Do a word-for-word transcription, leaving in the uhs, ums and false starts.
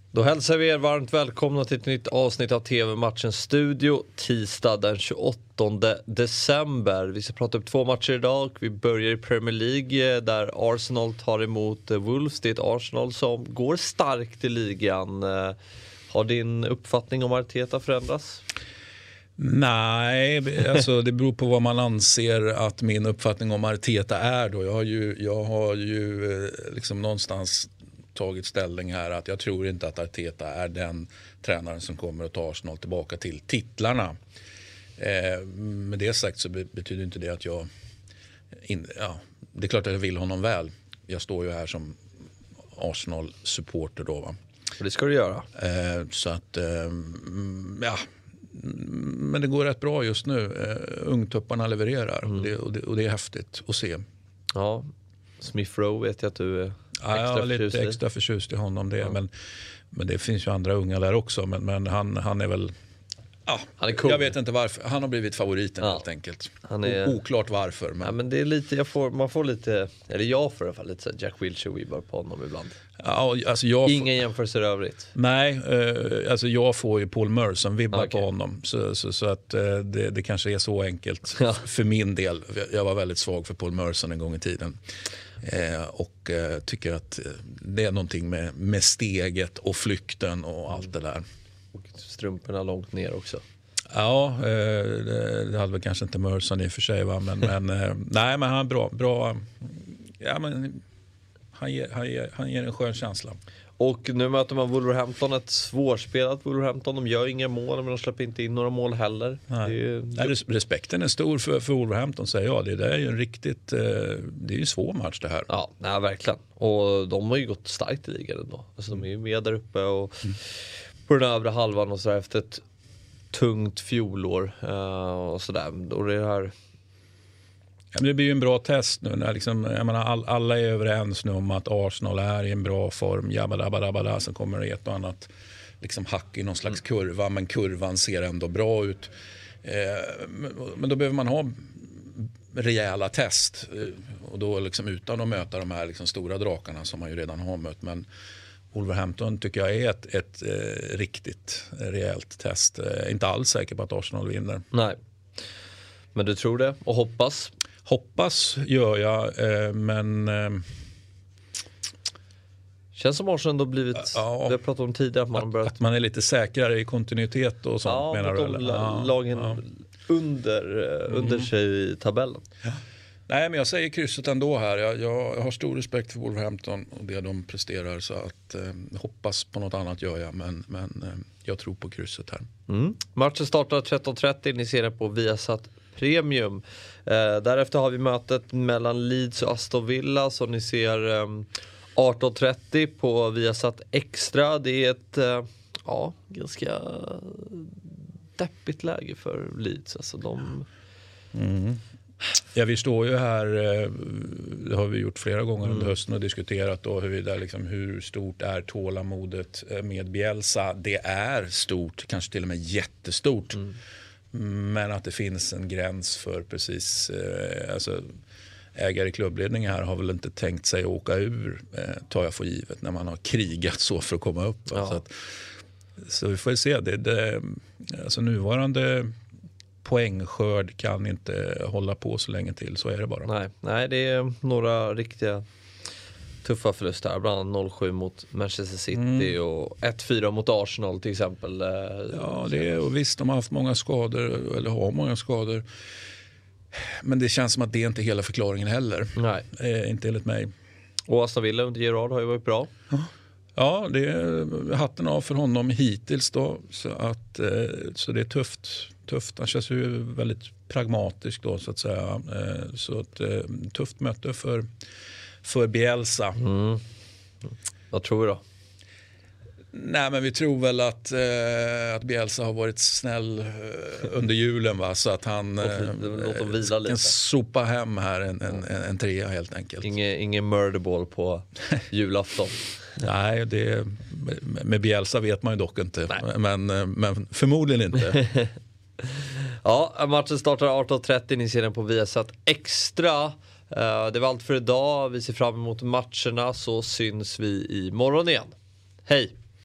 Då hälsar vi er varmt välkomna till ett nytt avsnitt av T V-matchen Studio tisdag den tjugoåttonde december. Vi ska prata upp två matcher idag. Vi börjar i Premier League där Arsenal tar emot Wolves. Det är ett Arsenal som går starkt i ligan. Har din uppfattning om Arteta förändrats? Nej, alltså det beror på vad man anser att min uppfattning om Arteta är då. Jag har ju, jag har ju liksom någonstans tagit ställning här att jag tror inte att Arteta är den tränaren som kommer att ta Arsenal tillbaka till titlarna. Eh, med det sagt så betyder inte det att jag in, ja, det är klart att jag vill honom väl. Jag står ju här som Arsenal-supporter då, va? Och det ska du göra. Eh, så att eh, ja, men det går rätt bra just nu. Uh, ungtupparna levererar mm. och, det, och, det, och det är häftigt att se. Ja, Smith Rowe vet jag att du är extra ja, förtjust lite i. extra förtjust i honom det. Ja. Men, men det finns ju andra unga där också. Men, men han, han är väl... Ja, han är cool. Jag vet inte varför. Han har blivit favoriten ja. helt enkelt. Han är... Oklart varför. Men... Ja, men det är lite, jag får, man får lite, eller jag får i alla fall lite så Jack Wilshere-vibbar på honom ibland. Ja, alltså jag Ingen får... jämförelser övrigt. Nej, eh, alltså jag får ju Paul Merson-vibbar okay. på honom. Så, så, så att eh, det, det kanske är så enkelt ja. för min del. Jag var väldigt svag för Paul Merson en gång i tiden. Eh, och eh, tycker att det är någonting med, med steget och flykten och allt det där. Och strumporna långt ner också. Ja, eh, det, det hade väl kanske inte Merson i och för sig, va? Men, men eh, nej, men han är bra, bra ja, men han ger, han, ger, han ger en skön känsla. Och nu möter man Wolverhampton, ett svårspelat Wolverhampton. De gör inga mål, men de släpper inte in några mål heller. Nej. Det är, nej, respekten är stor för, för Wolverhampton, säger jag. Det där är ju en riktigt, eh, det är ju en svår match det här. Ja, nej, verkligen. Och de har ju gått starkt i ligan ändå. Alltså, de är ju med där uppe och mm. på den övre halvan och så där, efter ett tungt fjolår uh, och sådär. Och det här... Ja, men det blir ju en bra test nu när liksom, jag menar, all, alla är överens nu om att Arsenal är i en bra form. Jabba-dabba-dabba, så kommer det ett och annat liksom hack i någon slags mm. kurva, men kurvan ser ändå bra ut. Eh, men, men då behöver man ha rejäla test eh, och då liksom utan att möta de här liksom stora drakarna som man ju redan har mött. Men Wolverhampton tycker jag är ett, ett eh, riktigt rejält test. Eh, inte alls säker på att Arsenal vinner. Nej, men du tror det och hoppas? Hoppas gör jag, eh, men... Eh, känns som Arsenal ändå blivit, ja, vi har pratat om tidigare, att man, att, börjat... att man är lite säkrare i kontinuitet och sånt, ja, menar du? Eller? Ja, lagen ja. under, under mm. sig i tabellen. Ja. Nej, men jag säger krysset ändå här. Jag, jag, jag har stor respekt för Wolverhampton och det de presterar, så att eh, hoppas på något annat gör jag, men, men eh, jag tror på krysset här. Mm. Matchen startar tretton trettio, ni ser det på Viasat Premium. Eh, därefter har vi mötet mellan Leeds och Aston Villa, så ni ser eh, arton trettio på Viasat Extra. Det är ett eh, ja, ganska deppigt läge för Leeds. Alltså de... Mm. Ja, vi står ju här, det har vi gjort flera gånger under mm. hösten och diskuterat då huruvida, liksom, hur stort är tålamodet med Bielsa. Det är stort, kanske till och med jättestort. Mm. Men att det finns en gräns för precis, eh, alltså ägare i klubbledningen här har väl inte tänkt sig att åka ur, eh, tar jag för givet, när man har krigat så för att komma upp. Ja. Så, att, så vi får se, det, det, alltså nuvarande poängskörd kan inte hålla på så länge till, så är det bara. Nej, nej, det är några riktiga tuffa förluster här, bland annat noll sju mot Manchester City mm. och ett fyra mot Arsenal till exempel. Ja, det är, och visst, de har haft många skador, eller har många skador, men det känns som att det är inte hela förklaringen heller. Nej. Eh, inte enligt mig. Och Aston Villa under Gerrard har ju varit bra. Ja. Ja, det är hatten av för honom hittills då, så att eh, så det är tufft. Tufft. Han känns ju väldigt pragmatisk då, så att säga. Eh, så ett eh, tufft möte för för Bielsa. Mm. Vad tror du då? Nej, men vi tror väl att eh, att Bielsa har varit snäll eh, under julen, va, så att han eh, kan sopa hem här en en, en, en trea helt enkelt. Ingen ingen murderball på julafton. Nej, det, med Bielsa vet man ju dock inte. Men, men förmodligen inte. Ja, matchen startar arton trettio. Ni ser den på Viasat Extra. Uh, det var allt för idag. Vi ser fram emot matcherna, så syns vi imorgon igen. Hej!